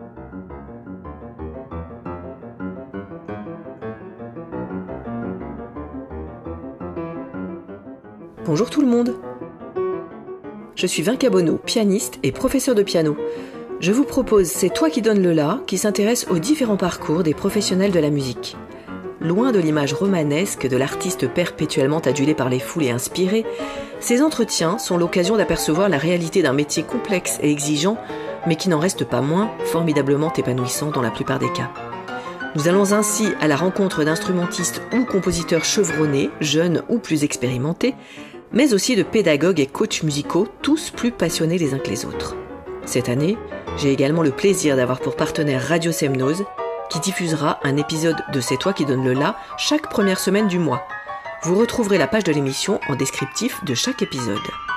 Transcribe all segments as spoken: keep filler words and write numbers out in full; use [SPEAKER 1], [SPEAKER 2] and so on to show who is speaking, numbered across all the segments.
[SPEAKER 1] Bonjour tout le monde. Je suis Vinca Bonneau, pianiste et professeur de piano. Je vous propose C'est toi qui donnes le la, qui s'intéresse aux différents parcours des professionnels de la musique. Loin de l'image romanesque de l'artiste perpétuellement adulé par les foules et inspiré, ces entretiens sont l'occasion d'apercevoir la réalité d'un métier complexe et exigeant, mais qui n'en reste pas moins formidablement épanouissant dans la plupart des cas. Nous allons ainsi à la rencontre d'instrumentistes ou compositeurs chevronnés, jeunes ou plus expérimentés, mais aussi de pédagogues et coachs musicaux, tous plus passionnés les uns que les autres. Cette année, j'ai également le plaisir d'avoir pour partenaire Radio Semnose, qui diffusera un épisode de C'est toi qui donnes le la chaque première semaine du mois. Vous retrouverez la page de l'émission en descriptif de chaque épisode.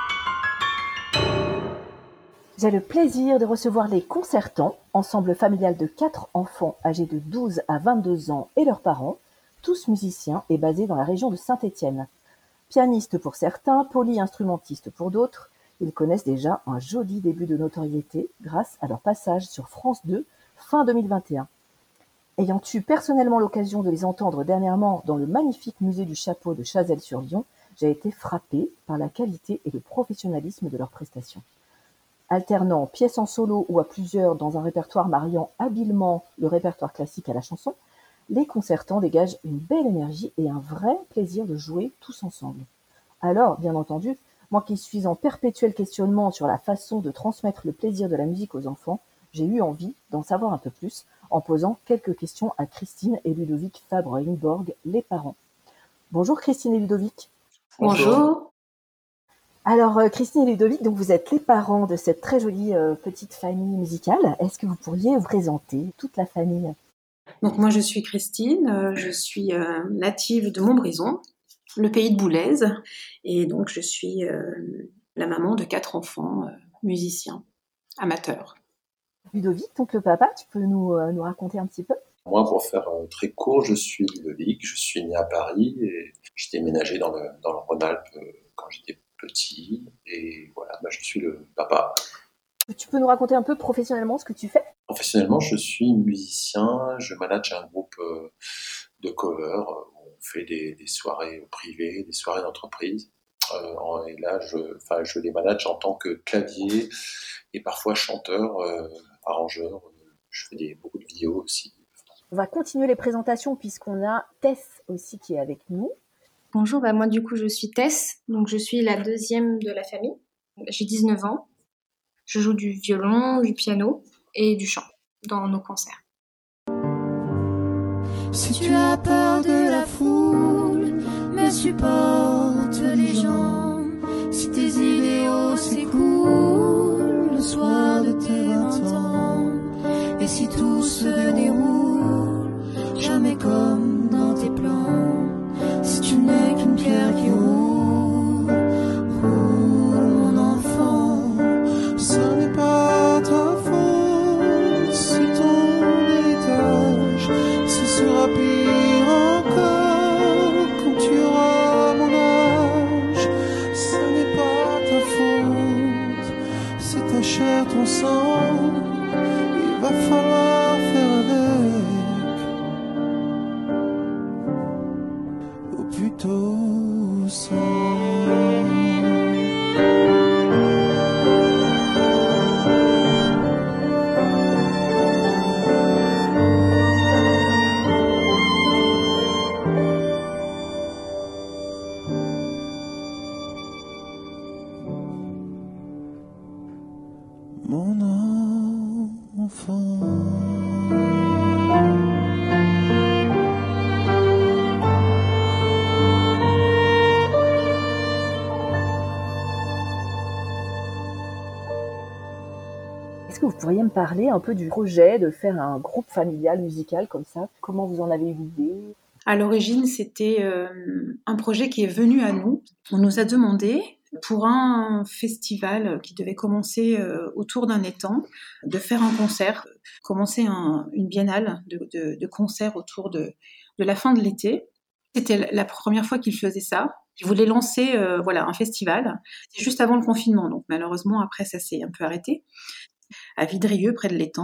[SPEAKER 2] J'ai le plaisir de recevoir les Concertants, ensemble familial de quatre enfants âgés de douze à vingt-deux ans et leurs parents, tous musiciens et basés dans la région de Saint-Étienne. Pianistes pour certains, polyinstrumentistes pour d'autres, ils connaissent déjà un joli début de notoriété grâce à leur passage sur France deux fin deux mille vingt et un. Ayant eu personnellement l'occasion de les entendre dernièrement dans le magnifique musée du Chapeau de Chazelles-sur-Yon, j'ai été frappée par la qualité et le professionnalisme de leurs prestations. Alternant pièces en solo ou à plusieurs dans un répertoire mariant habilement le répertoire classique à la chanson, les Concertants dégagent une belle énergie et un vrai plaisir de jouer tous ensemble. Alors, bien entendu, moi qui suis en perpétuel questionnement sur la façon de transmettre le plaisir de la musique aux enfants, j'ai eu envie d'en savoir un peu plus en posant quelques questions à Christine et Ludovic Fabre-Inborg, les parents. Bonjour Christine et Ludovic.
[SPEAKER 3] Bonjour.
[SPEAKER 2] Alors euh, Christine et Ludovic, donc vous êtes les parents de cette très jolie euh, petite famille musicale. Est-ce que vous pourriez vous présenter toute la famille ?
[SPEAKER 3] Donc moi je suis Christine, euh, je suis euh, native de Montbrison, le pays de Boulez, et donc je suis euh, la maman de quatre enfants euh, musiciens, amateurs.
[SPEAKER 2] Ludovic, donc le papa, tu peux nous, euh, nous raconter un petit peu ?
[SPEAKER 4] Moi, pour faire euh, très court, je suis Ludovic, je suis né à Paris et j'ai déménagé dans le, dans le Rhône-Alpes euh, quand j'étais petit, et voilà, bah, je suis le papa.
[SPEAKER 2] Tu peux nous raconter un peu professionnellement ce que tu fais ?
[SPEAKER 4] Professionnellement, je suis musicien, je manage un groupe euh, de cover, où on fait des, des soirées privées, des soirées d'entreprise, euh, et là, je, enfin, je les manage en tant que clavier et parfois chanteur, euh, arrangeur, je fais des, beaucoup de vidéos aussi.
[SPEAKER 2] On va continuer les présentations puisqu'on a Tess aussi qui est avec nous.
[SPEAKER 5] Bonjour, bah moi du coup je suis Tess, donc je suis la deuxième de la famille. J'ai dix-neuf ans, je joue du violon, du piano et du chant dans nos concerts.
[SPEAKER 6] Si tu as peur de la foule, mais supporte les gens, si tes idéaux s'écoulent le soir de tes vingt ans, et si tout se déroule jamais comme dans tes plans, si tu n'es qu'une pierre qui roule, roule mon enfant, ça n'est pas ta faute, c'est ton héritage, ce sera pire encore quand tu auras mon âge, ça n'est pas ta faute, c'est ta chair, ton sang, il va falloir faire avec. Plutôt sans. Mon enfant.
[SPEAKER 2] Est-ce que vous pourriez me parler un peu du projet de faire un groupe familial musical comme ça ? Comment vous en avez eu l'idée ?
[SPEAKER 3] À l'origine, c'était euh, un projet qui est venu à nous. On nous a demandé, pour un festival qui devait commencer euh, autour d'un étang, de faire un concert, commencer un, une biennale de, de, de concerts autour de, de la fin de l'été. C'était la première fois qu'ils faisaient ça. Ils voulaient lancer euh, voilà, un festival. C'était juste avant le confinement, donc malheureusement, après, ça s'est un peu arrêté. À Vidrieux, près de l'étang.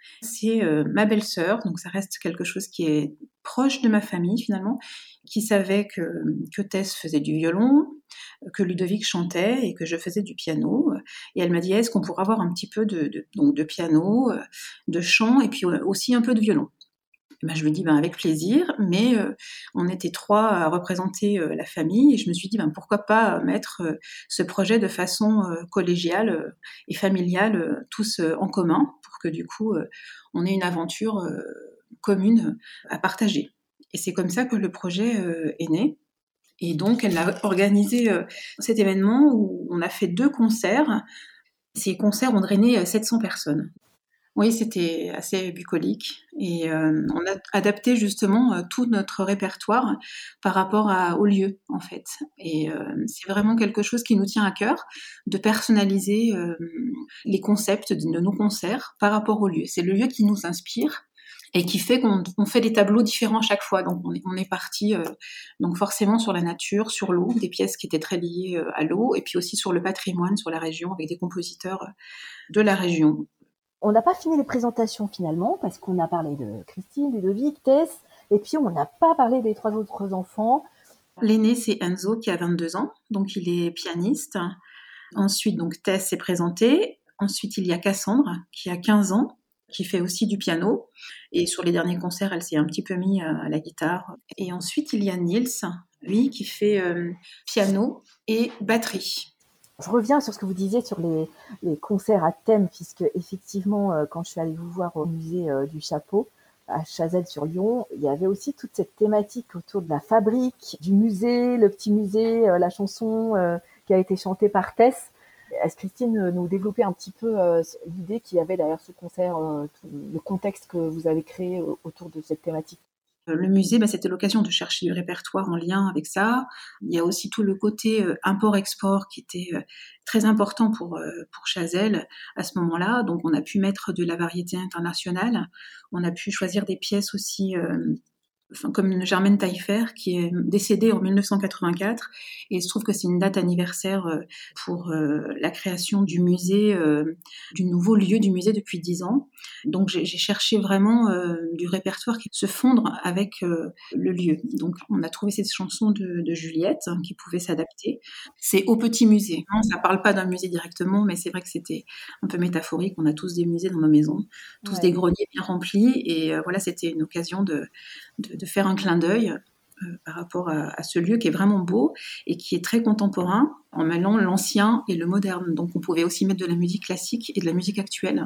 [SPEAKER 3] C'est euh, ma belle-sœur, donc ça reste quelque chose qui est proche de ma famille finalement, qui savait que, que Tess faisait du violon, que Ludovic chantait et que je faisais du piano. Et elle m'a dit, est-ce qu'on pourrait avoir un petit peu de, de, donc de piano, de chant et puis aussi un peu de violon. Et ben, je lui ai dit, ben, avec plaisir, mais euh, on était trois à représenter euh, la famille et je me suis dit, ben, pourquoi pas mettre euh, ce projet de façon euh, collégiale euh, et familiale, euh, tous euh, en commun, pour que du coup, euh, on ait une aventure euh, commune à partager. Et c'est comme ça que le projet euh, est né. Et donc, elle a organisé euh, cet événement où on a fait deux concerts. Ces concerts ont drainé sept cents personnes. Oui, c'était assez bucolique. Et euh, on a adapté justement euh, tout notre répertoire par rapport à, au lieu, en fait. Et euh, c'est vraiment quelque chose qui nous tient à cœur, de personnaliser euh, les concepts de, de nos concerts par rapport au lieu. C'est le lieu qui nous inspire et qui fait qu'on on fait des tableaux différents à chaque fois. Donc on est, on est parti euh, donc forcément sur la nature, sur l'eau, des pièces qui étaient très liées euh, à l'eau, et puis aussi sur le patrimoine, sur la région, avec des compositeurs de la région.
[SPEAKER 2] On n'a pas fini les présentations finalement, parce qu'on a parlé de Christine, Ludovic, Tess, et puis on n'a pas parlé des trois autres enfants.
[SPEAKER 3] L'aîné, c'est Enzo, qui a vingt-deux ans, donc il est pianiste. Ensuite, donc Tess s'est présentée. Ensuite, il y a Cassandre, qui a quinze ans, qui fait aussi du piano. Et sur les derniers concerts, elle s'est un petit peu mise à la guitare. Et ensuite, il y a Niels, lui, qui fait euh, piano et batterie.
[SPEAKER 2] Je reviens sur ce que vous disiez sur les, les concerts à thème, puisque effectivement, euh, quand je suis allée vous voir au musée euh, du Chapeau, à Chazelles-sur-Lyon, il y avait aussi toute cette thématique autour de la fabrique, du musée, le petit musée, euh, la chanson euh, qui a été chantée par Tess. Est-ce Christine nous développer un petit peu euh, l'idée qu'il y avait derrière ce concert, euh, tout, le contexte que vous avez créé euh, autour de cette thématique?
[SPEAKER 3] Le musée, bah, c'était l'occasion de chercher du répertoire en lien avec ça. Il y a aussi tout le côté euh, import-export qui était euh, très important pour, euh, pour Chazelles à ce moment-là. Donc on a pu mettre de la variété internationale. On a pu choisir des pièces aussi... Euh, Enfin, comme Germaine Taillefer, qui est décédée en mille neuf cent quatre-vingt-quatre, et il se trouve que c'est une date anniversaire pour euh, la création du musée, euh, du nouveau lieu du musée depuis dix ans. Donc j'ai, j'ai cherché vraiment euh, du répertoire qui se fondre avec euh, le lieu. Donc on a trouvé cette chanson de, de Juliette hein, qui pouvait s'adapter. C'est au petit musée. Non, ça parle pas d'un musée directement, mais c'est vrai que c'était un peu métaphorique. On a tous des musées dans nos maisons, tous ouais. des greniers bien remplis, et euh, voilà, c'était une occasion de De, de faire un clin d'œil euh, par rapport à, à ce lieu qui est vraiment beau et qui est très contemporain en mêlant l'ancien et le moderne. Donc on pouvait aussi mettre de la musique classique et de la musique actuelle.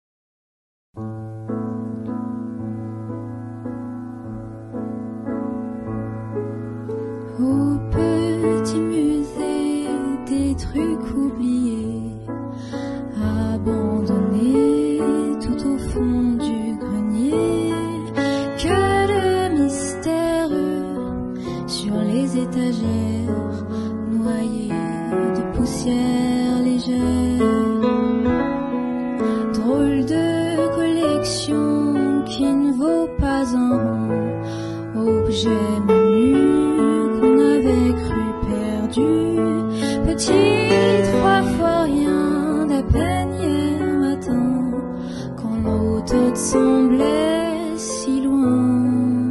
[SPEAKER 6] Au petit musée des trucs oubliés, abandonnés tout au fond du grenier, que de mystéreux sur les étagères, noyés de poussière légère. Drôle de collection qui ne vaut pas un rond, objet menu qu'on avait cru perdu, petit trois fois rien d'à peine hier matin, quand l'automne semblait si loin.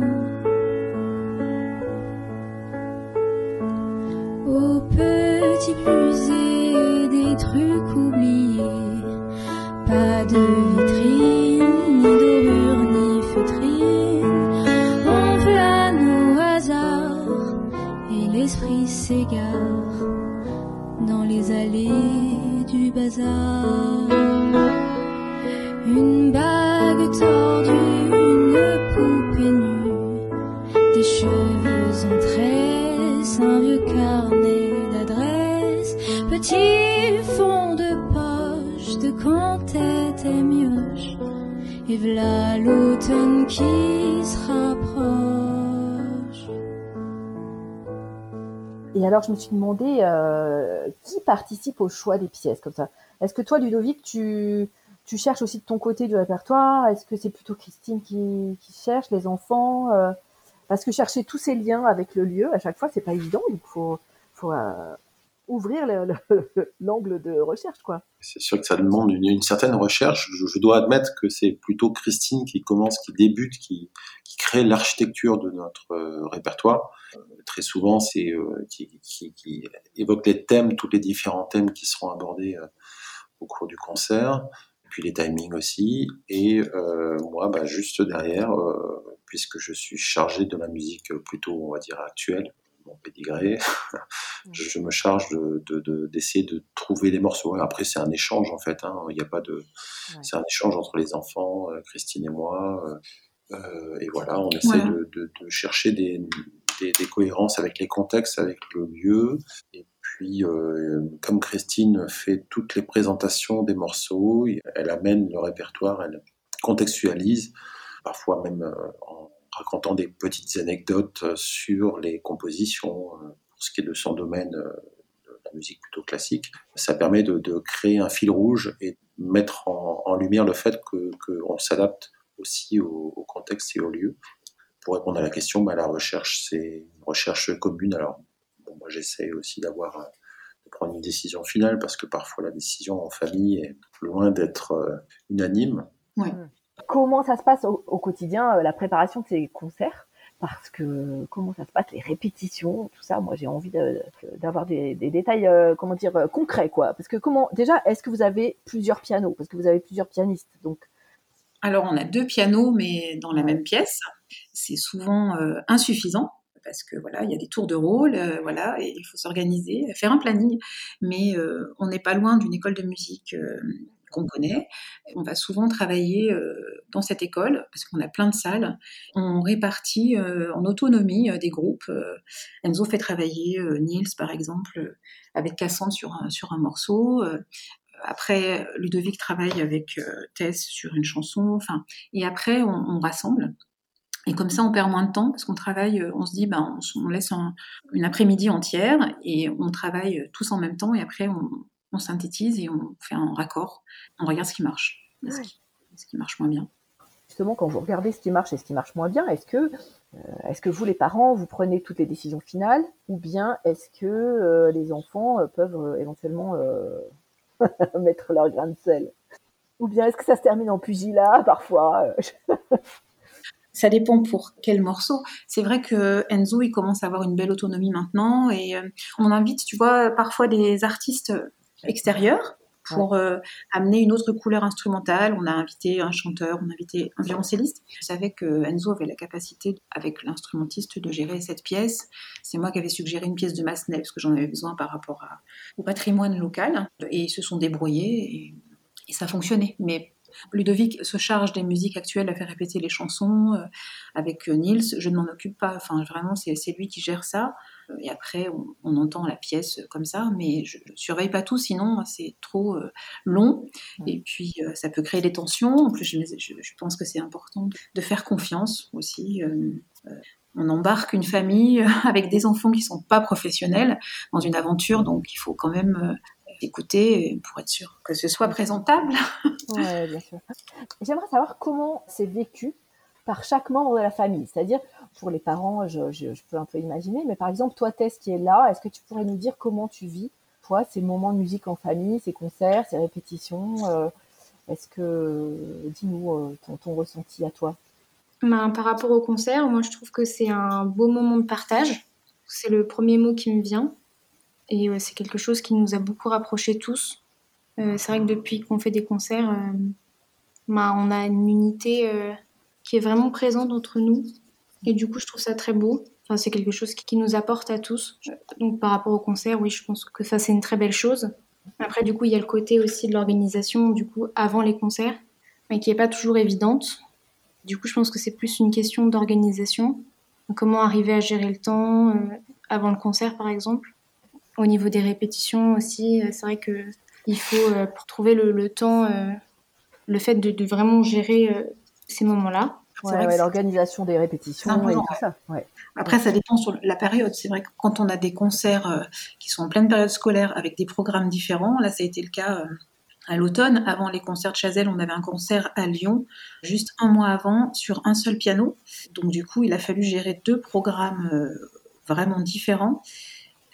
[SPEAKER 6] Au petit musée des trucs oubliés, pas de vitrine, ni dorure, ni feutrine, on flâne au hasard et l'esprit s'égare dans les allées du bazar. Une bague tordue, une poupée nue, des cheveux en tresse, un vieux carnet d'adresses, petit fond de poche de quand t'étais mioche, et v'là l'automne qui se rapproche.
[SPEAKER 2] Et alors je me suis demandé euh, qui participe au choix des pièces comme ça. Est-ce que toi, Ludovic, tu Tu cherches aussi de ton côté du répertoire? Est-ce que c'est plutôt Christine qui, qui cherche, les enfants euh, Parce que chercher tous ces liens avec le lieu, à chaque fois, c'est pas évident. Donc, faut, faut, euh, ouvrir le, le, l'angle de recherche, quoi.
[SPEAKER 4] C'est sûr que ça demande une, une certaine recherche. Je, je dois admettre que c'est plutôt Christine qui commence, qui débute, qui, qui crée l'architecture de notre euh, répertoire. Euh, très souvent, c'est euh, qui, qui, qui évoque les thèmes, tous les différents thèmes qui seront abordés euh, au cours du concert, puis les timings aussi. Et euh, moi, bah, juste derrière, euh, puisque je suis chargé de la musique plutôt, on va dire, actuelle, mon pédigré, je, je me charge de, de, de, d'essayer de trouver des morceaux. Après, c'est un échange, en fait. Hein. Il n'y a pas de... Ouais. C'est un échange entre les enfants, euh, Christine et moi. Euh, et voilà, on essaie ouais. de, de, de chercher des, des, des cohérences avec les contextes, avec le lieu. Et puis, euh, comme Christine fait toutes les présentations des morceaux, elle amène le répertoire, elle contextualise, parfois même euh, en racontant des petites anecdotes sur les compositions, euh, pour ce qui est de son domaine, euh, de la musique plutôt classique. Ça permet de, de créer un fil rouge et mettre en, en lumière le fait que, qu'on s'adapte aussi au, au contexte et au lieu. Pour répondre à la question, bah, la recherche, c'est une recherche commune. Alors, bon, moi, j'essaie aussi d'avoir, de prendre une décision finale parce que parfois la décision en famille est loin d'être euh, unanime.
[SPEAKER 2] Ouais. Comment ça se passe au, au quotidien, euh, la préparation de ces concerts? Parce que comment ça se passe, les répétitions, tout ça, moi j'ai envie de, d'avoir des, des détails, euh, comment dire, euh, concrets, quoi. Parce que comment, déjà, est-ce que vous avez plusieurs pianos? Parce que vous avez plusieurs pianistes, donc.
[SPEAKER 3] Alors on a deux pianos, mais dans la même pièce. C'est souvent euh, insuffisant. Parce que voilà, il y a des tours de rôle, euh, voilà, et il faut s'organiser, faire un planning. Mais euh, on n'est pas loin d'une école de musique euh, qu'on connaît. On va souvent travailler euh, dans cette école parce qu'on a plein de salles. On répartit euh, en autonomie euh, des groupes. Euh, Enzo fait travailler euh, Niels, par exemple, euh, avec Cassandre sur un, sur un morceau. Euh, après, Ludovic travaille avec euh, Tess sur une chanson. Enfin, et après, on, on rassemble. Et comme ça, on perd moins de temps parce qu'on travaille, on se dit, ben, on, on laisse un, une après-midi entière et on travaille tous en même temps et après, on, on synthétise et on fait un raccord. On regarde ce qui marche et ce qui, ce qui marche moins bien.
[SPEAKER 2] Justement, quand vous regardez ce qui marche et ce qui marche moins bien, est-ce que, euh, est-ce que vous, les parents, vous prenez toutes les décisions finales ou bien est-ce que euh, les enfants euh, peuvent euh, éventuellement euh, mettre leur grain de sel? Ou bien est-ce que ça se termine en pugilat parfois?
[SPEAKER 3] Ça dépend pour quel morceau. C'est vrai que Enzo, il commence à avoir une belle autonomie maintenant et euh, on invite, tu vois, parfois des artistes extérieurs pour ouais. euh, amener une autre couleur instrumentale. On a invité un chanteur, on a invité un violoncelliste. Je savais que Enzo avait la capacité, avec l'instrumentiste, de gérer cette pièce. C'est moi qui avais suggéré une pièce de Massenet parce que j'en avais besoin par rapport à, au patrimoine local. Et ils se sont débrouillés et, et ça fonctionnait. Mais Ludovic se charge des musiques actuelles à faire répéter les chansons euh, avec euh, Niels. Je ne m'en occupe pas. Enfin, vraiment, c'est, c'est lui qui gère ça. Euh, et après, on, on entend la pièce comme ça, mais je ne surveille pas tout, sinon c'est trop euh, long. Et puis, euh, ça peut créer des tensions. En plus, je, je, je pense que c'est important de faire confiance aussi. Euh, euh, on embarque une famille avec des enfants qui ne sont pas professionnels dans une aventure, donc il faut quand même... Euh, écouter pour être sûr que ce soit présentable.
[SPEAKER 2] Oui, bien sûr. J'aimerais savoir comment c'est vécu par chaque membre de la famille. C'est-à-dire, pour les parents, je, je, je peux un peu imaginer, mais par exemple, toi, Tess, qui est là, est-ce que tu pourrais nous dire comment tu vis, toi, ces moments de musique en famille, ces concerts, ces répétitions euh, Est-ce que, dis-nous euh, ton, ton ressenti à toi.
[SPEAKER 5] Ben, par rapport au concert, moi, je trouve que c'est un beau moment de partage. C'est le premier mot qui me vient. Et euh, c'est quelque chose qui nous a beaucoup rapprochés tous. Euh, c'est vrai que depuis qu'on fait des concerts, euh, bah, on a une unité euh, qui est vraiment présente entre nous. Et du coup, je trouve ça très beau. Enfin, c'est quelque chose qui, qui nous apporte à tous. Donc, par rapport au concert, oui, je pense que ça, c'est une très belle chose. Après, du coup, il y a le côté aussi de l'organisation, du coup, avant les concerts, mais qui n'est pas toujours évidente. Du coup, je pense que c'est plus une question d'organisation. Comment arriver à gérer le temps euh, avant le concert, par exemple. Au niveau des répétitions aussi, c'est vrai qu'il faut, euh, pour trouver le, le temps, euh, le fait de, de vraiment gérer euh, ces moments-là.
[SPEAKER 2] Ouais, ouais, c'est... l'organisation des répétitions et tout ça. Ouais.
[SPEAKER 3] Après, ça dépend sur la période. C'est vrai que quand on a des concerts euh, qui sont en pleine période scolaire avec des programmes différents, là, ça a été le cas euh, à l'automne. Avant les concerts de Chazelle, on avait un concert à Lyon, juste un mois avant, sur un seul piano. Donc, du coup, il a fallu gérer deux programmes euh, vraiment différents.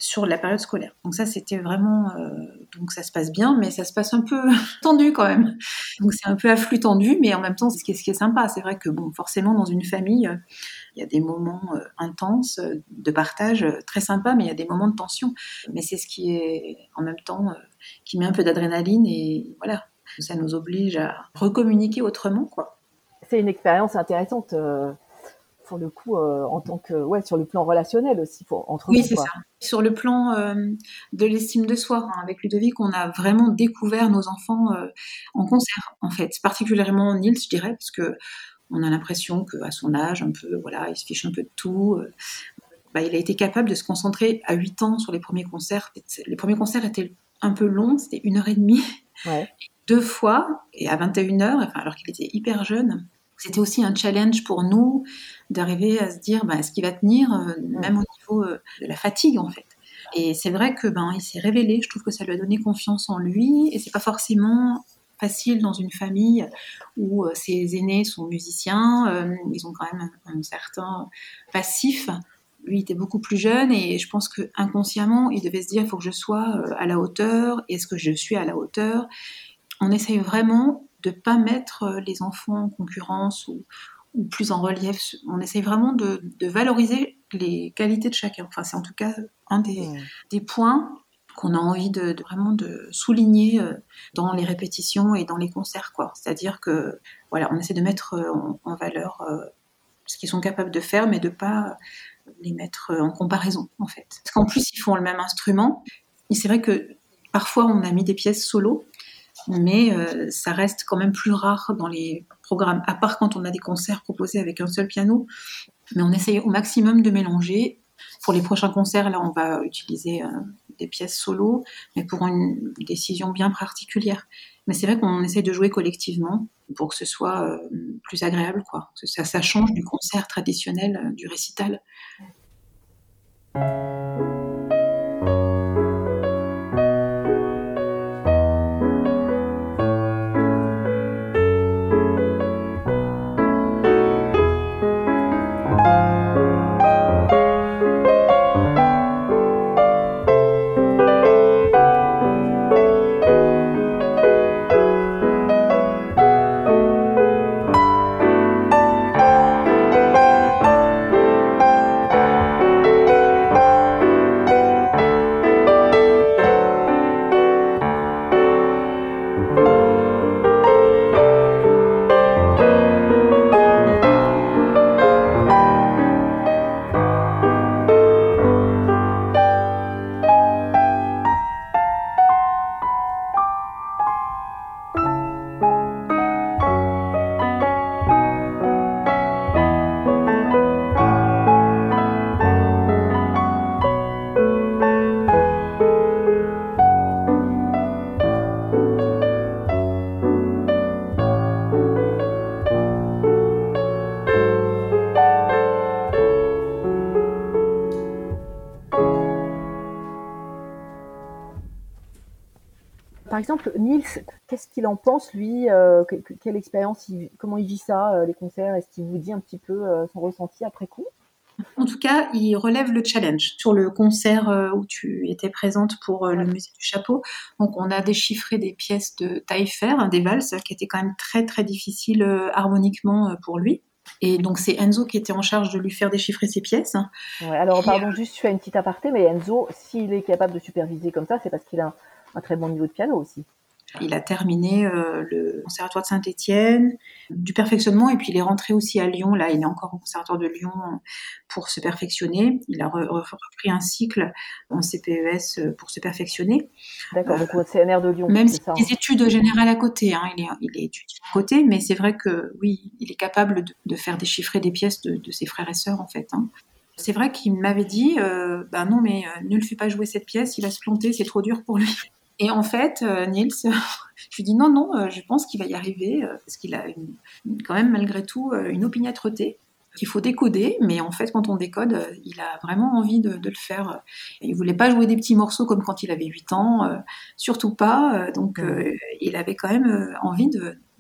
[SPEAKER 3] sur la période scolaire. Donc ça, c'était vraiment... Euh, donc ça se passe bien, mais ça se passe un peu tendu quand même. Donc c'est un peu à flux tendu, mais en même temps, c'est ce qui est, ce qui est sympa. C'est vrai que, bon, forcément, dans une famille, euh, il y a des moments euh, intenses euh, de partage, euh, très sympas, mais il y a des moments de tension. Mais c'est ce qui est, en même temps, euh, qui met un peu d'adrénaline et voilà. Ça nous oblige à recommuniquer autrement, quoi.
[SPEAKER 2] C'est une expérience intéressante, euh, pour le coup, euh, en tant que, ouais, sur le plan relationnel aussi, pour, entre
[SPEAKER 3] Oui,
[SPEAKER 2] vous,
[SPEAKER 3] c'est
[SPEAKER 2] quoi.
[SPEAKER 3] ça. Sur le plan euh, de l'estime de soi, hein, avec Ludovic, on a vraiment découvert nos enfants euh, en concert, en fait. Particulièrement Nils, je dirais, parce que on a l'impression qu'à son âge, un peu, voilà, il se fiche un peu de tout. Euh, bah, il a été capable de se concentrer à huit ans sur les premiers concerts. Les premiers concerts étaient un peu longs, c'était une heure et demie.
[SPEAKER 2] Ouais.
[SPEAKER 3] Deux fois, et à vingt et une heures, enfin, alors qu'il était hyper jeune. C'était aussi un challenge pour nous d'arriver à se dire, ben, est-ce qu'il va tenir, euh, même au niveau euh, de la fatigue, en fait. Et c'est vrai que ben, il s'est révélé, je trouve que ça lui a donné confiance en lui, et c'est pas forcément facile dans une famille où euh, ses aînés sont musiciens, euh, ils ont quand même un, un certain passif. Lui, il était beaucoup plus jeune et je pense qu'inconsciemment, il devait se dire, il faut que je sois euh, à la hauteur, est-ce que je suis à la hauteur ? On essaye vraiment de ne pas mettre les enfants en concurrence ou, ou plus en relief. On essaye vraiment de, de valoriser les qualités de chacun. Enfin, c'est en tout cas un des, mmh. des points qu'on a envie de, de vraiment de souligner dans les répétitions et dans les concerts, quoi. C'est-à-dire que voilà, on essaie de mettre en, en valeur ce qu'ils sont capables de faire, mais de ne pas les mettre en comparaison, en fait. Parce qu'en plus, ils font le même instrument. Et c'est vrai que parfois, on a mis des pièces solo, mais euh, ça reste quand même plus rare dans les programmes, à part quand on a des concerts proposés avec un seul piano. Mais on essaye au maximum de mélanger. Pour les prochains concerts, là, on va utiliser euh, des pièces solo, mais pour une décision bien particulière. Mais c'est vrai qu'on essaye de jouer collectivement pour que ce soit euh, plus agréable, quoi. Que ça, ça change du concert traditionnel, euh, du récital.
[SPEAKER 2] Par exemple, Nils, qu'est-ce qu'il en pense, lui euh, que, que, Quelle expérience, il, comment il vit ça, euh, les concerts? Est-ce qu'il vous dit un petit peu euh, son ressenti après coup?
[SPEAKER 3] En tout cas, il relève le challenge. Sur le concert euh, où tu étais présente pour euh, le musée du chapeau, donc on a déchiffré des pièces de Taillefer, hein, des valses, qui étaient quand même très très difficiles euh, harmoniquement euh, pour lui. Et donc c'est Enzo qui était en charge de lui faire déchiffrer ces pièces.
[SPEAKER 2] Ouais, alors
[SPEAKER 3] Et,
[SPEAKER 2] pardon,
[SPEAKER 3] euh,
[SPEAKER 2] juste je fais une petite aparté, mais Enzo, s'il est capable de superviser comme ça, c'est parce qu'il a un, un très bon niveau de piano aussi.
[SPEAKER 3] Il a terminé euh, le conservatoire de Saint-Étienne, du perfectionnement, et puis il est rentré aussi à Lyon. Là, il est encore au conservatoire de Lyon pour se perfectionner. Il a re- repris un cycle en C P E S pour se perfectionner.
[SPEAKER 2] D'accord,
[SPEAKER 3] Euh,
[SPEAKER 2] donc au C N R de Lyon.
[SPEAKER 3] Même
[SPEAKER 2] c'est
[SPEAKER 3] s'il
[SPEAKER 2] ça,
[SPEAKER 3] a des
[SPEAKER 2] hein.
[SPEAKER 3] études générales à côté, hein, il, est, il est étudiant à côté, mais c'est vrai que oui, il est capable de, de faire déchiffrer des pièces de, de ses frères et sœurs, en fait. Hein. C'est vrai qu'il m'avait dit, euh, bah non, mais euh, ne le fais pas jouer cette pièce, il va se planter, c'est trop dur pour lui. Et en fait, euh, Nils, je lui dis non, non, euh, je pense qu'il va y arriver, euh, parce qu'il a une, une, quand même malgré tout euh, une opiniâtreté qu'il faut décoder, mais en fait, quand on décode, euh, il a vraiment envie de, de le faire. Et il voulait pas jouer des petits morceaux comme quand il avait huit ans, euh, surtout pas, euh, donc euh, il avait quand même euh, envie de,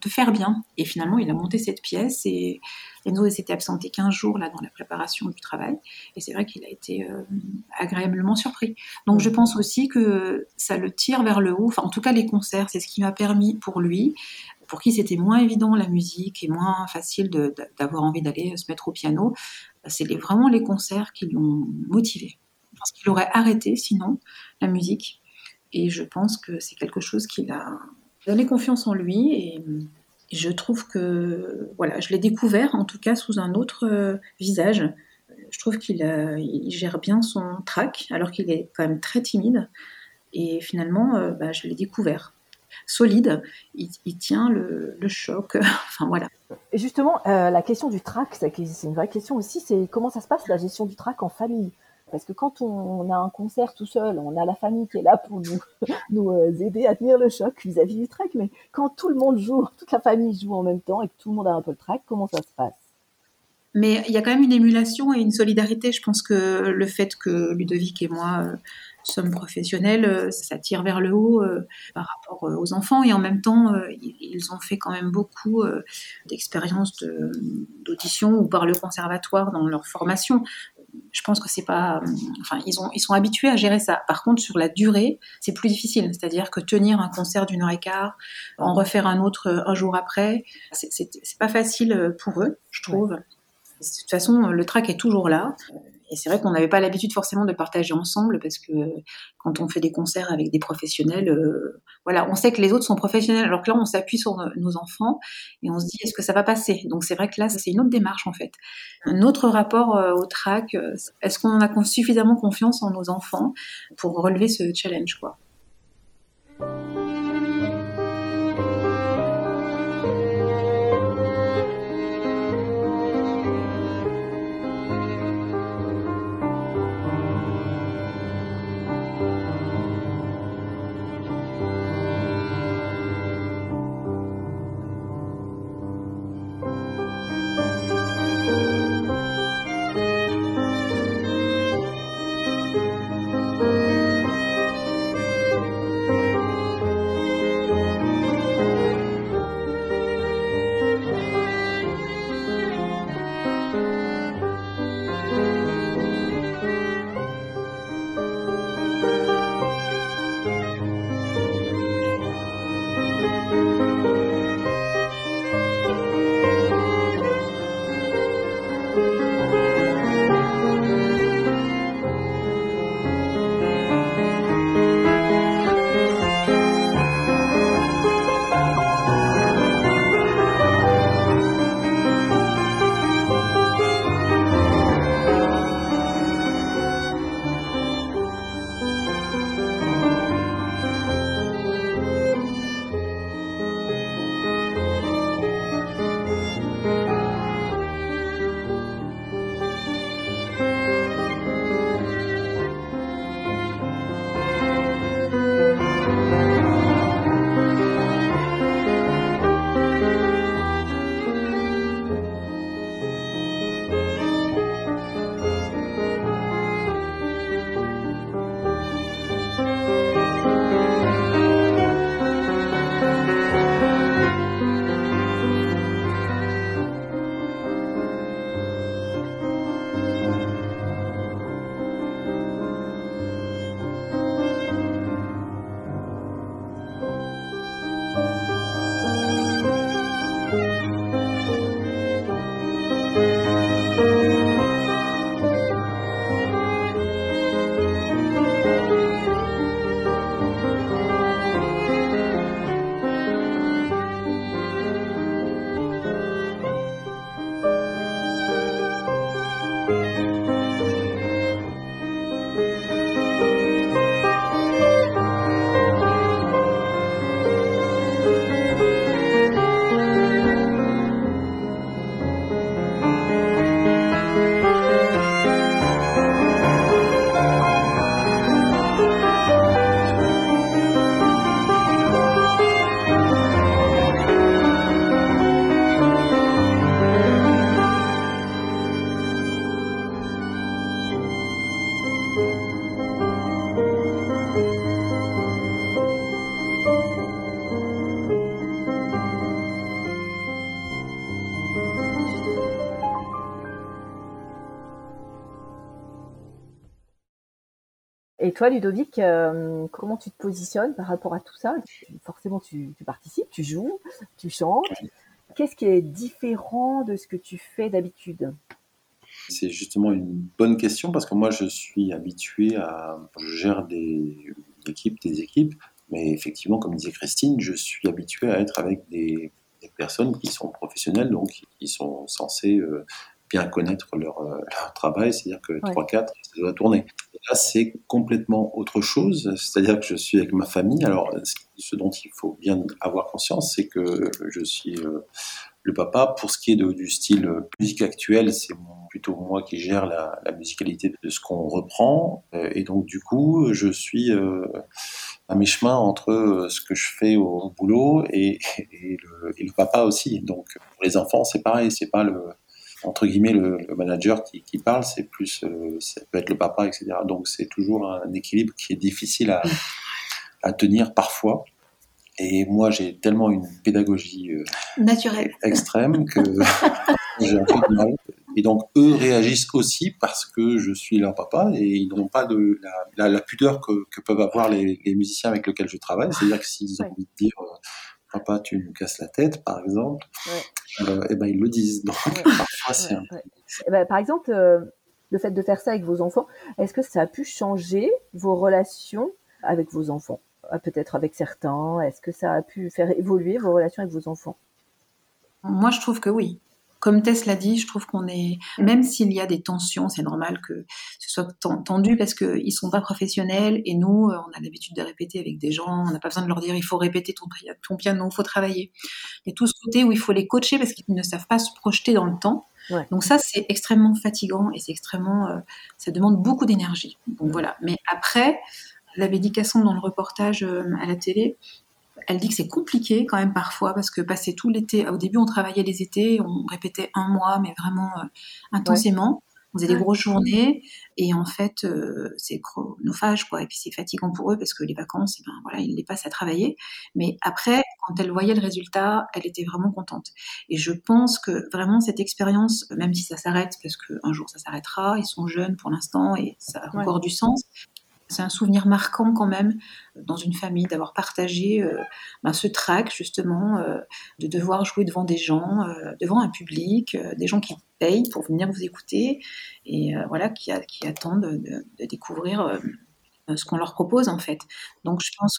[SPEAKER 3] de faire bien. Et finalement, il a monté cette pièce et Enzo s'était absenté quinze jours là, dans la préparation du travail. Et c'est vrai qu'il a été euh, agréablement surpris. Donc je pense aussi que ça le tire vers le haut. Enfin, en tout cas, les concerts, c'est ce qui m'a permis pour lui, pour qui c'était moins évident la musique et moins facile de, de, d'avoir envie d'aller se mettre au piano. C'est les, vraiment les concerts qui l'ont motivé. Parce qu'il aurait arrêté sinon la musique. Et je pense que c'est quelque chose qui l'a donné confiance en lui. Et je trouve que, voilà, je l'ai découvert en tout cas sous un autre euh, visage. Je trouve qu'il a, il gère bien son trac, alors qu'il est quand même très timide. Et finalement, euh, bah, je l'ai découvert. Solide, il, il tient le, le choc. Enfin voilà.
[SPEAKER 2] Et justement, euh, la question du trac, c'est une vraie question aussi, c'est comment ça se passe la gestion du trac en famille? Parce que quand on a un concert tout seul, on a la famille qui est là pour nous, nous euh, aider à tenir le choc vis-à-vis du trac, mais quand tout le monde joue, toute la famille joue en même temps et que tout le monde a un peu le trac, comment ça se passe?
[SPEAKER 3] Mais il y a quand même une émulation et une solidarité. Je pense que le fait que Ludovic et moi euh, sommes professionnels, euh, ça tire vers le haut euh, par rapport euh, aux enfants. Et en même temps, euh, ils ont fait quand même beaucoup euh, d'expériences de, d'audition ou par le conservatoire dans leur formation. Je pense que c'est pas, enfin, ils ont, ils sont habitués à gérer ça. Par contre, sur la durée, c'est plus difficile. C'est-à-dire que tenir un concert d'une heure et quart, en refaire un autre un jour après, c'est, c'est, c'est pas facile pour eux, je trouve. Ouais. De toute façon, le trac est toujours là. Et c'est vrai qu'on n'avait pas l'habitude forcément de partager ensemble parce que quand on fait des concerts avec des professionnels, euh, voilà, on sait que les autres sont professionnels. Alors que là, on s'appuie sur nos enfants et on se dit, est-ce que ça va passer? Donc c'est vrai que là, c'est une autre démarche en fait. Un autre rapport euh, au trac. Est-ce qu'on a suffisamment confiance en nos enfants pour relever ce challenge, quoi?
[SPEAKER 2] Et toi, Ludovic, euh, comment tu te positionnes par rapport à tout ça? Forcément, tu, tu participes, tu joues, tu chantes. Qu'est-ce qui est différent de ce que tu fais d'habitude?
[SPEAKER 4] C'est justement une bonne question parce que moi, je suis habitué à... Je gère des équipes, des équipes, mais effectivement, comme disait Christine, je suis habitué à être avec des, des personnes qui sont professionnelles, donc qui sont censées euh, bien connaître leur, euh, leur travail, c'est-à-dire que
[SPEAKER 2] Ouais.
[SPEAKER 4] trois quatre, ça doit tourner. Et là, c'est complètement autre chose, c'est-à-dire que je suis avec ma famille. Alors, ce dont il faut bien avoir conscience, c'est que je suis... Euh, le papa. Pour ce qui est de, du style musique actuelle, c'est mon, plutôt moi qui gère la, la musicalité de ce qu'on reprend. Euh, et donc, du coup, je suis euh, à mi-chemin entre ce que je fais au boulot et, et, le, et le papa aussi. Donc, pour les enfants, c'est pareil. C'est pas le, entre guillemets, le, le manager qui, qui parle, c'est plus, euh, ça peut être le papa, et cetera. Donc, c'est toujours un équilibre qui est difficile à, à tenir parfois. Et moi, j'ai tellement une pédagogie euh,
[SPEAKER 3] naturelle
[SPEAKER 4] extrême que j'ai un peu de mal. Et donc, eux réagissent aussi parce que je suis leur papa et ils n'ont pas de la, la, la pudeur que, que peuvent avoir les, les musiciens avec lesquels je travaille. C'est-à-dire que s'ils ont
[SPEAKER 2] Ouais.
[SPEAKER 4] envie de dire euh, « Papa, tu nous casses la tête », par exemple,
[SPEAKER 2] Ouais.
[SPEAKER 4] euh, et ben ils le disent. Donc,
[SPEAKER 2] Ouais.
[SPEAKER 4] parfois, c'est
[SPEAKER 2] Ouais,
[SPEAKER 4] un peu...
[SPEAKER 2] ouais. Eh ben, par exemple, euh, le fait de faire ça avec vos enfants, est-ce que ça a pu changer vos relations avec vos enfants? Ah, peut-être avec certains. Est-ce que ça a pu faire évoluer vos relations avec vos enfants?
[SPEAKER 3] Moi, je trouve que oui. Comme Tess l'a dit, je trouve qu'on est, même s'il y a des tensions, c'est normal que ce soit tendu parce qu'ils sont pas professionnels et nous, on a l'habitude de répéter avec des gens, on n'a pas besoin de leur dire il faut répéter ton, ton piano, il faut travailler. Il y a tout ce côté où il faut les coacher parce qu'ils ne savent pas se projeter dans le temps.
[SPEAKER 2] Ouais.
[SPEAKER 3] Donc ça, c'est extrêmement fatigant et c'est extrêmement, euh, ça demande beaucoup d'énergie. Donc voilà. Mais après, la Bédicason dans le reportage euh, à la télé, elle dit que c'est compliqué quand même parfois parce que passer tout l'été, au début on travaillait les étés, on répétait un mois mais vraiment euh, intensément, ouais. On faisait des grosses journées et en fait euh, c'est chronophage quoi et puis c'est fatigant pour eux parce que les vacances, ben voilà, ils les passent à travailler. Mais après quand elle voyait le résultat, elle était vraiment contente. Et je pense que vraiment cette expérience, même si ça s'arrête parce qu'un jour ça s'arrêtera, ils sont jeunes pour l'instant et ça a encore ouais. du sens. C'est un souvenir marquant quand même dans une famille d'avoir partagé euh, ben, ce track justement, euh, de devoir jouer devant des gens, euh, devant un public, euh, des gens qui payent pour venir vous écouter et euh, voilà qui, a, qui attendent de, de découvrir euh, ce qu'on leur propose en fait. Donc je pense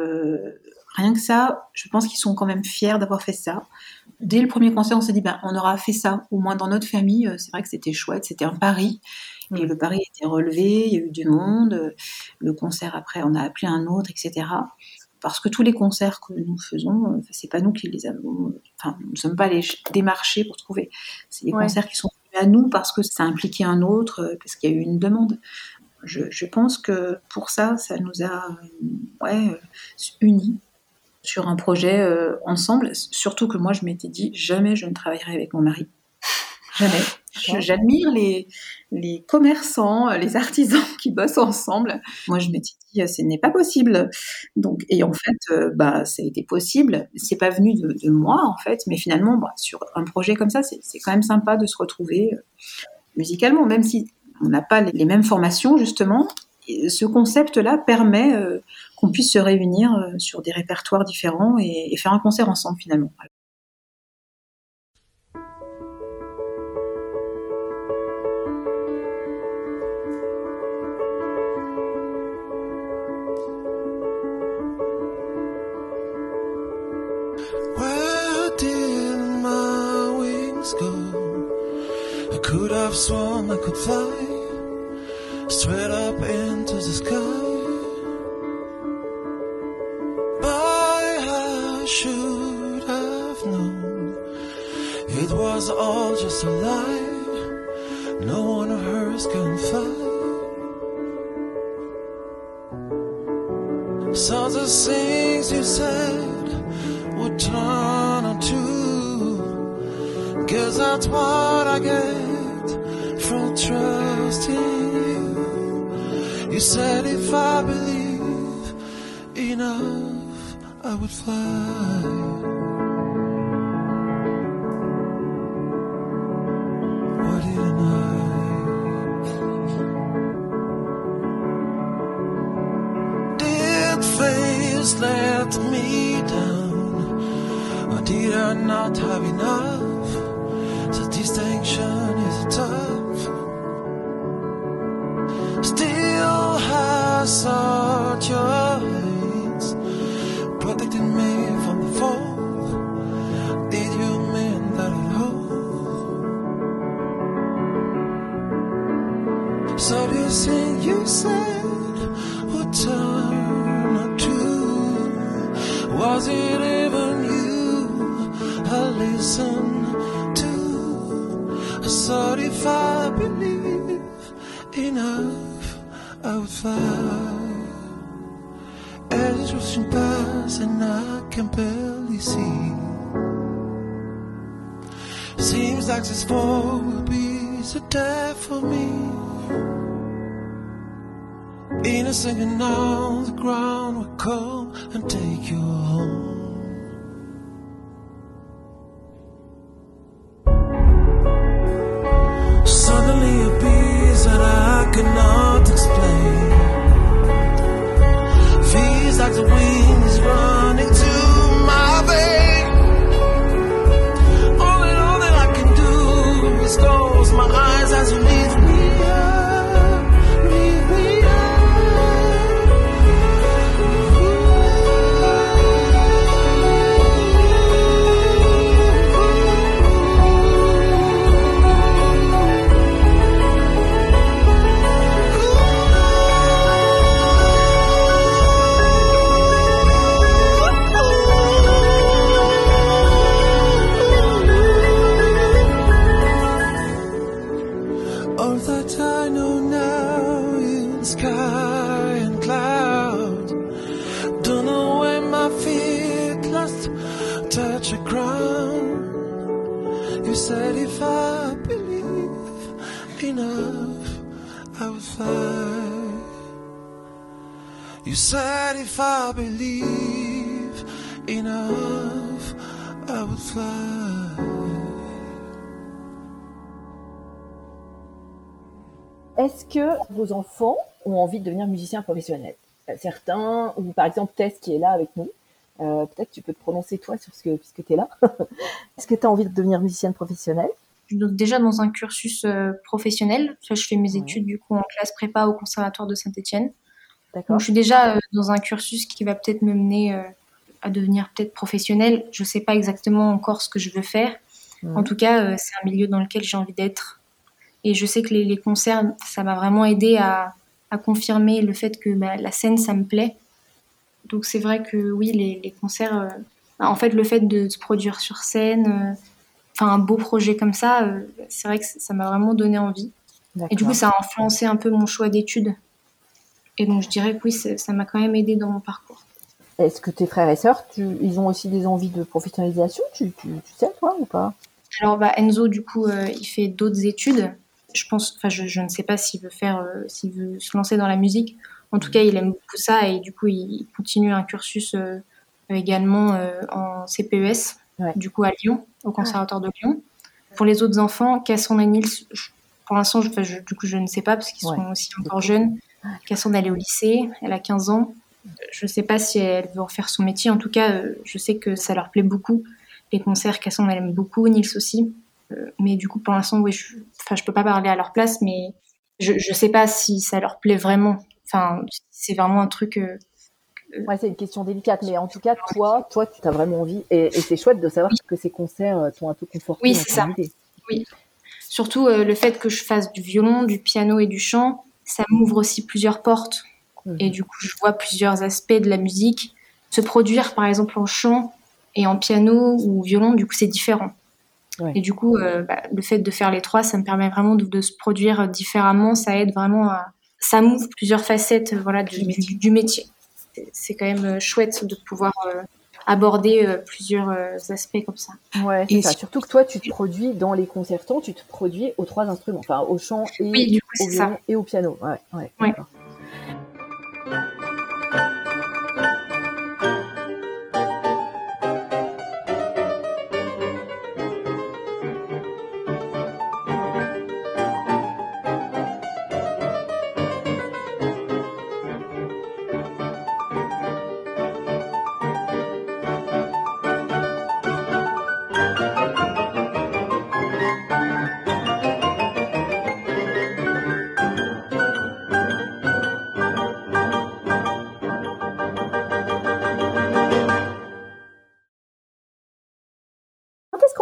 [SPEAKER 3] que rien que ça, je pense qu'ils sont quand même fiers d'avoir fait ça. Dès le premier concert, on s'est dit ben on aura fait ça au moins dans notre famille. C'est vrai que c'était chouette, c'était un pari. Et le pari était relevé, il y a eu du monde. Le concert, après, on a appelé un autre, et cetera. Parce que tous les concerts que nous faisons, c'est pas nous qui les avons... Enfin, nous ne sommes pas allés démarcher pour trouver. C'est des ouais. concerts qui sont venus à nous parce que ça impliquait un autre, parce qu'il y a eu une demande. Je, je pense que pour ça, ça nous a ouais, unis sur un projet euh, ensemble. Surtout que moi, je m'étais dit, jamais je ne travaillerai avec mon mari. Jamais. J'admire les, les commerçants, les artisans qui bossent ensemble. Moi, je m'étais dit, ce n'est pas possible. Donc, et en fait, euh, bah, ça a été possible. C'est pas venu de, de moi, en fait, mais finalement, bah, sur un projet comme ça, c'est, c'est quand même sympa de se retrouver euh, musicalement, même si on n'a pas les, les mêmes formations, justement. Et ce concept-là permet euh, qu'on puisse se réunir euh, sur des répertoires différents et, et faire un concert ensemble, finalement. Voilà.
[SPEAKER 6] Could have sworn I could fly straight up into the sky, but I should have known it was all just a lie. No one of hers can fly. So the things you said would turn on to, guess that's what I get from trusting you. You said if I believe enough, I would fly. Why didn't I?
[SPEAKER 7] let me down? Or did I not have enough? The distinction is tough. Still has such your hands protecting me from the fall. Did you mean that at all? So this thing you said would turn out true. Was it even you I listened to? I thought if I believe enough, I would fly. As rushing past and I can barely see. Seems like this fall will be so dead for me. In a second now the ground will come and take you home. Suddenly a peace that I cannot explain. Feels like the wind is running through my veins. All in all that I can do is close my eyes as you leave me up, leave me up. All that I know now is sky and cloud. Don't know when my feet last touch the ground. You said if I believe enough, I would fly. You said if I believe enough, I would fly.
[SPEAKER 2] Est-ce que vos enfants ont envie de devenir musiciens professionnels? Certains, ou par exemple Tess qui est là avec nous, euh, peut-être tu peux te prononcer toi sur ce que, puisque tu es là. Est-ce que tu as envie de devenir musicienne professionnelle?
[SPEAKER 5] Donc déjà dans un cursus euh, professionnel, je fais mes
[SPEAKER 2] Ouais.
[SPEAKER 5] études du coup en classe prépa au Conservatoire de Saint-Étienne.
[SPEAKER 2] D'accord.
[SPEAKER 5] Donc je suis déjà euh, dans un cursus qui va peut-être me mener euh, à devenir peut-être professionnelle. Je sais pas exactement encore ce que je veux faire.
[SPEAKER 2] Mhm.
[SPEAKER 5] En tout cas, euh, c'est un milieu dans lequel j'ai envie d'être. Et je sais que les, les concerts, ça m'a vraiment aidé à, à confirmer le fait que bah, la scène, ça me plaît. Donc c'est vrai que oui, les, les concerts, euh, bah, en fait, le fait de se produire sur scène, euh, enfin un beau projet comme ça, euh, c'est vrai que ça m'a vraiment donné envie. Et du coup, ça a influencé un peu mon choix d'études. Et donc je dirais que oui, ça ça m'a quand même aidé dans mon parcours.
[SPEAKER 2] Est-ce que tes frères et sœurs, tu, ils ont aussi des envies de professionnalisation, tu, tu, tu sais toi ou pas?
[SPEAKER 5] Alors bah, Enzo, du coup, euh, il fait d'autres études. Je pense, enfin, je, je ne sais pas s'il veut faire, euh, s'il veut se lancer dans la musique. En tout cas, il aime beaucoup ça et du coup, il continue un cursus euh, également euh, en C P E S,
[SPEAKER 2] Ouais.
[SPEAKER 5] du coup à Lyon, au Conservatoire de Lyon. Pour les autres enfants, Cassandre et Nils, je- pour l'instant, je, enfin, je- du coup, je ne sais pas parce qu'ils
[SPEAKER 2] Ouais.
[SPEAKER 5] sont aussi encore jeunes. Cassandre, elle est au lycée, elle a quinze ans. Je ne sais pas si elle veut refaire son métier. En tout cas, euh, je sais que ça leur plaît beaucoup. Les concerts, Cassandre, elle aime beaucoup, Nils aussi. Euh, mais du coup, pour l'instant, oui, je, enfin, je peux pas parler à leur place, mais je, je sais pas si ça leur plaît vraiment. Enfin, c'est vraiment un truc. Euh,
[SPEAKER 2] Ouais, c'est une question délicate, mais en tout cas, toi, toi, tu as vraiment envie, et, et c'est chouette de savoir que ces concerts euh, t'ont un peu conforté
[SPEAKER 5] Oui,
[SPEAKER 2] dans
[SPEAKER 5] c'est
[SPEAKER 2] ton
[SPEAKER 5] ça.
[SPEAKER 2] idée.
[SPEAKER 5] Oui. Surtout euh, le fait que je fasse du violon, du piano et du chant, ça m'ouvre aussi plusieurs portes.
[SPEAKER 2] Mhm.
[SPEAKER 5] Et du coup, je vois plusieurs aspects de la musique. Se produire, par exemple, en chant et en piano ou violon, du coup, c'est différent.
[SPEAKER 2] Ouais.
[SPEAKER 5] Et du coup, euh, bah, le fait de faire les trois, ça me permet vraiment de, de se produire différemment. Ça aide vraiment à... Ça m'ouvre plusieurs facettes euh, voilà, du, du, du métier. C'est, c'est quand même euh, chouette de pouvoir euh, aborder euh, plusieurs euh, aspects comme ça.
[SPEAKER 2] Ouais, c'est
[SPEAKER 3] Et
[SPEAKER 2] ça.
[SPEAKER 3] si-
[SPEAKER 2] Surtout que toi, tu te produis dans les concertants, tu te produis aux trois instruments, enfin au chant et
[SPEAKER 5] Oui, du coup,
[SPEAKER 2] au
[SPEAKER 5] c'est
[SPEAKER 2] violon
[SPEAKER 5] ça.
[SPEAKER 2] et au piano. Ouais, ouais,
[SPEAKER 5] Ouais.
[SPEAKER 2] d'accord.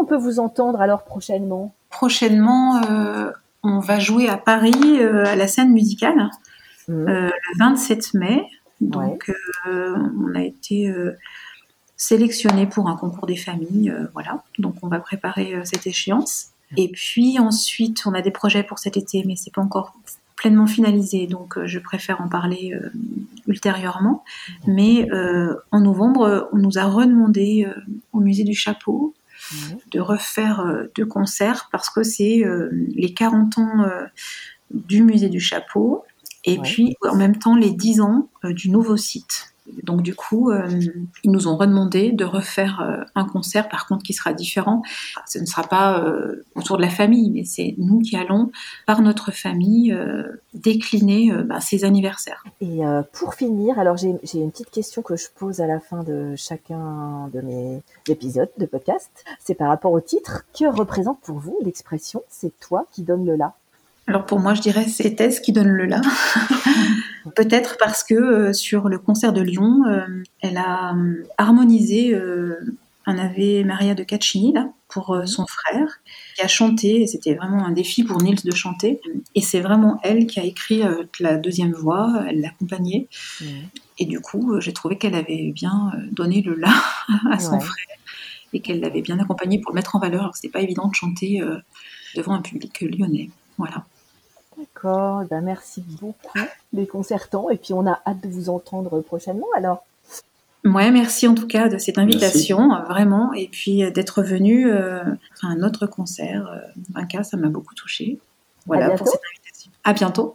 [SPEAKER 2] peut vous entendre alors prochainement ?
[SPEAKER 3] Prochainement, euh, on va jouer à Paris euh, à la scène musicale mmh. euh, le vingt-sept mai. Donc, ouais. euh, on a été euh, sélectionné pour un concours des familles. Euh, voilà. Donc, on va préparer euh, cette échéance. Et puis ensuite, on a des projets pour cet été, mais c'est pas encore pleinement finalisé, donc euh, je préfère en parler euh, ultérieurement. Mais euh, en novembre, on nous a redemandé euh, au Musée du Chapeau de refaire euh, deux concerts parce que c'est euh, les quarante ans euh, du Musée du Chapeau et ouais. puis en même temps les dix ans euh, du nouveau site. Donc du coup, euh, ils nous ont redemandé de refaire euh, un concert, par contre qui sera différent. Ce ne sera pas euh, autour de la famille, mais c'est nous qui allons, par notre famille, euh, décliner euh, bah, ces anniversaires.
[SPEAKER 2] Et euh, pour finir, alors j'ai, j'ai une petite question que je pose à la fin de chacun de mes épisodes de podcast. C'est par rapport au titre. Que représente pour vous l'expression « c'est toi qui donnes le là » ?
[SPEAKER 3] Alors pour moi, je dirais c'est Thèse qui donne le là. Peut-être parce que euh, sur le concert de Lyon, euh, elle a euh, harmonisé euh, un Ave Maria de Caccini là, pour euh, son frère, qui a chanté, et c'était vraiment un défi pour Nils de chanter. Et c'est vraiment elle qui a écrit euh, la deuxième voix, elle l'accompagnait. Mmh. Et du coup, euh, j'ai trouvé qu'elle avait bien euh, donné le là à son ouais. frère et qu'elle l'avait bien accompagné pour le mettre en valeur. Alors c'était pas évident de chanter euh, devant un public lyonnais. Voilà.
[SPEAKER 2] D'accord, ben merci beaucoup les concertants et puis on a hâte de vous entendre prochainement alors.
[SPEAKER 3] Ouais, merci en tout cas de cette invitation, merci. Vraiment, et puis d'être venu euh, à un autre concert. Euh, un cas, ça m'a beaucoup touchée. Voilà pour cette invitation. À bientôt.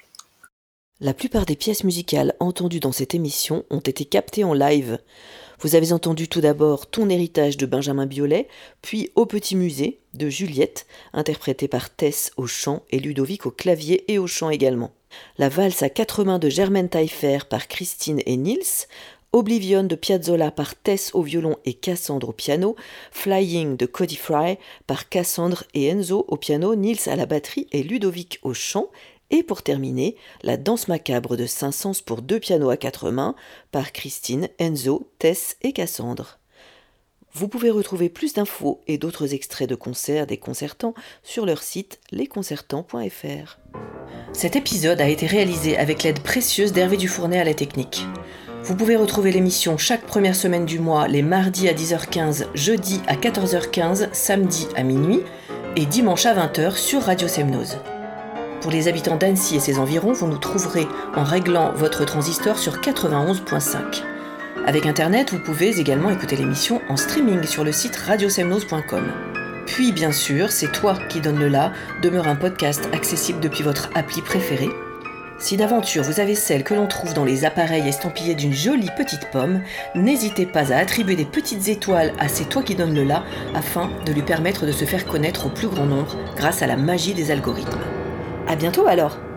[SPEAKER 1] La plupart des pièces musicales entendues dans cette émission ont été captées en live. Vous avez entendu tout d'abord Ton héritage de Benjamin Biolay, puis Au petit musée de Juliette, interprétée par Tess au chant et Ludovic au clavier et au chant également. La valse à quatre mains de Germaine Taillefer par Christine et Nils, Oblivion de Piazzolla par Tess au violon et Cassandre au piano, Flying de Cody Fry par Cassandre et Enzo au piano, Nils à la batterie et Ludovic au chant, et pour terminer, la danse macabre de Saint-Saëns pour deux pianos à quatre mains par Christine, Enzo, Tess et Cassandre. Vous pouvez retrouver plus d'infos et d'autres extraits de concerts des concertants sur leur site les concertants point f r. Cet épisode a été réalisé avec l'aide précieuse d'Hervé Dufournet à la technique. Vous pouvez retrouver l'émission chaque première semaine du mois, les mardis à dix heures quinze, jeudi à quatorze heures quinze, samedi à minuit et dimanche à vingt heures sur Radio Semnoz. Pour les habitants d'Annecy et ses environs, vous nous trouverez en réglant votre transistor sur quatre-vingt-onze virgule cinq. Avec Internet, vous pouvez également écouter l'émission en streaming sur le site radio semnoz point com. Puis, bien sûr, C'est toi qui donne le là demeure un podcast accessible depuis votre appli préférée. Si d'aventure vous avez celle que l'on trouve dans les appareils estampillés d'une jolie petite pomme, n'hésitez pas à attribuer des petites étoiles à C'est toi qui donne le là afin de lui permettre de se faire connaître au plus grand nombre grâce à la magie des algorithmes. À bientôt alors!